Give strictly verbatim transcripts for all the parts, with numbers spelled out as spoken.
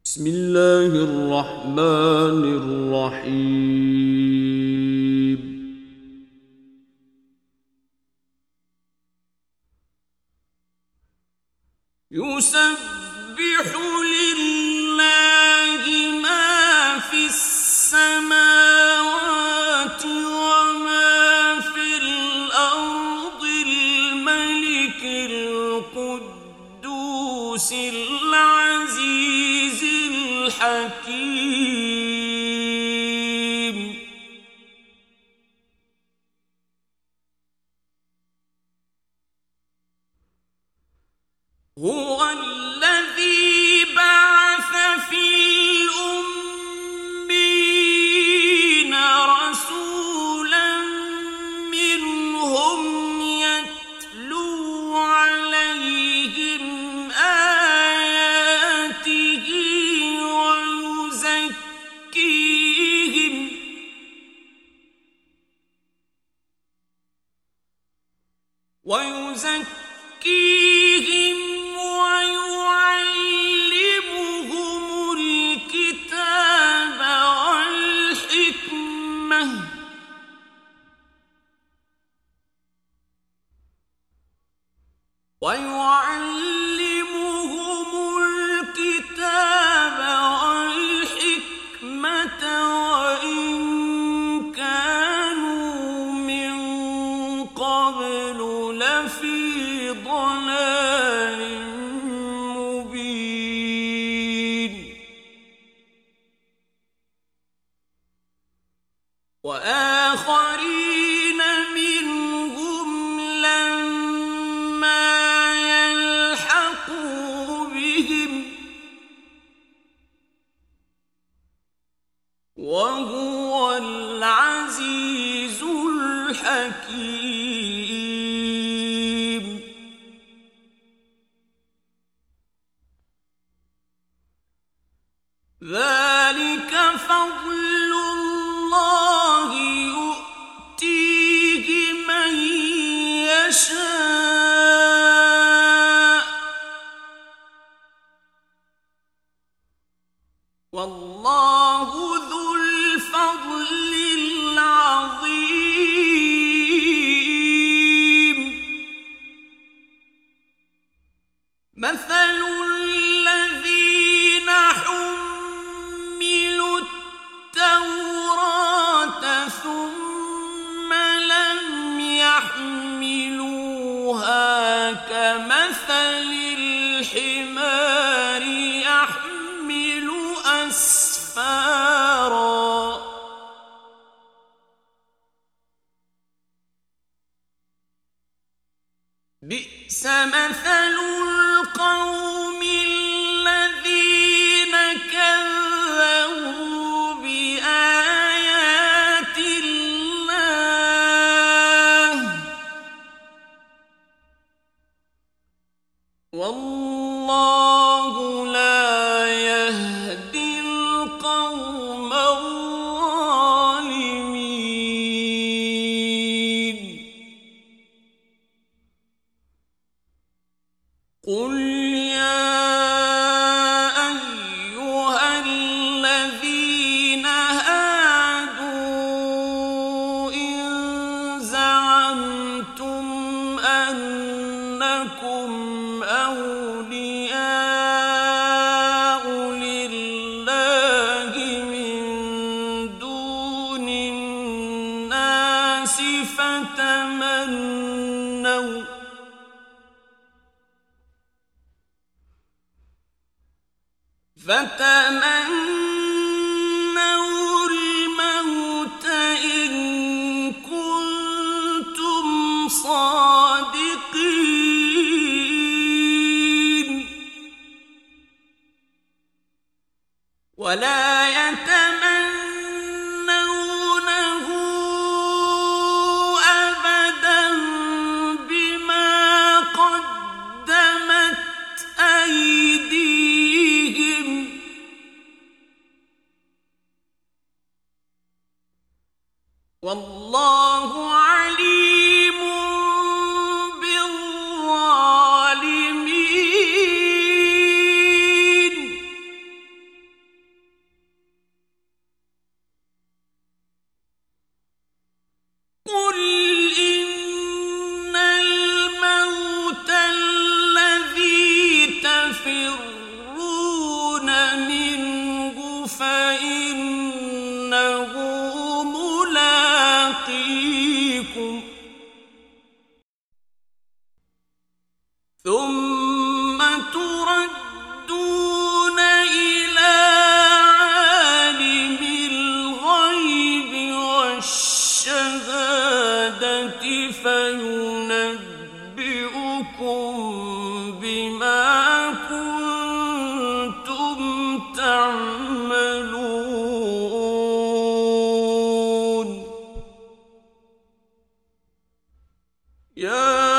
بسم الله الرحمن الرحيم. يسبح لله ما في السماوات وما في الأرض الملك القدوس العزيز الحكيم. هو الذي بعث في الأميين رسولا منهم يتلو عليهم آياته ويزكيهم ويزكيهم ويعلمهم الكتاب والحكمة ويعلمهم الكتاب والحكمة وإن كانوا من قبل لفي ضلال مبين. وآخرين منهم لما يلحقوا بهم وهو العزيز الحكيم. ذلك فضل الله يؤتيه من يشاء والله ذو الفضل العظيم. مثل الذين حملوا التوراة ثم لم يحملوها كمثل الحمار يحمل أسفارا بئس مثل القوم الذين كذبوا بآيات الله والله لا يهدي القوم الظالمين. قل يا أيها الذين هادوا إن زعمتم أنكم أولياء لله من دون الناس فتمنوا فتمنوا الموت إن كنتم صادقين ولا يتمنونه أبدا بما قدمت أيديهم والله عليم بالظالمين. فإنه ملاقيكم ثم تردون إلى عالم الغيب والشهادة فينبئكم بما كنتم تعملون يا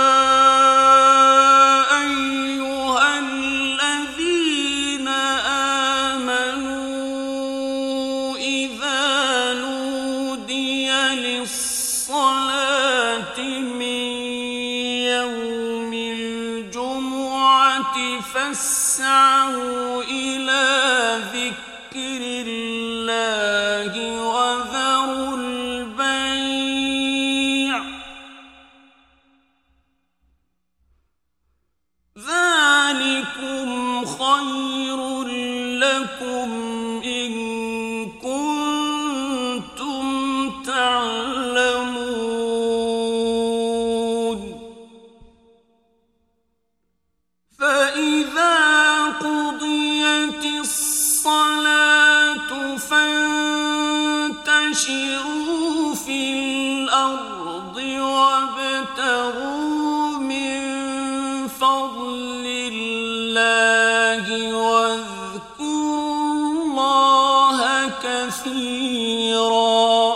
فاسعوا إلى ذكر الله وذروا البيع ذلكم خير لكم إن كنتم تعلمون فإذا قضيت الصلاة فانتشروا في الأرض وابتغوا من فضل الله واذكروا الله كثيرا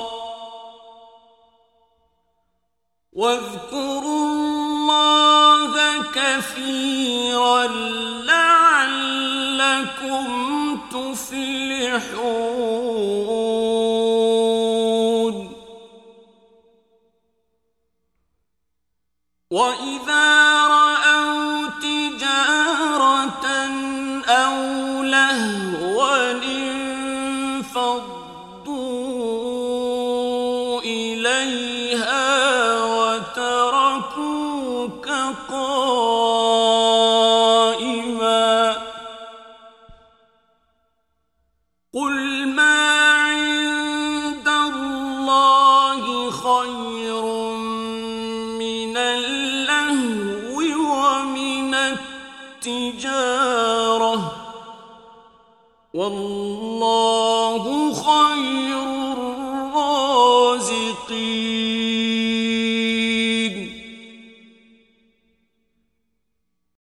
واذكروا الله كثيرا لعلكم تفلحون وإذا رأوا تجارة أو لهوا انفضوا إليها وتركوك قائما قل ما عند الله خير من اللهو ومن التجارة والله خير الرازقين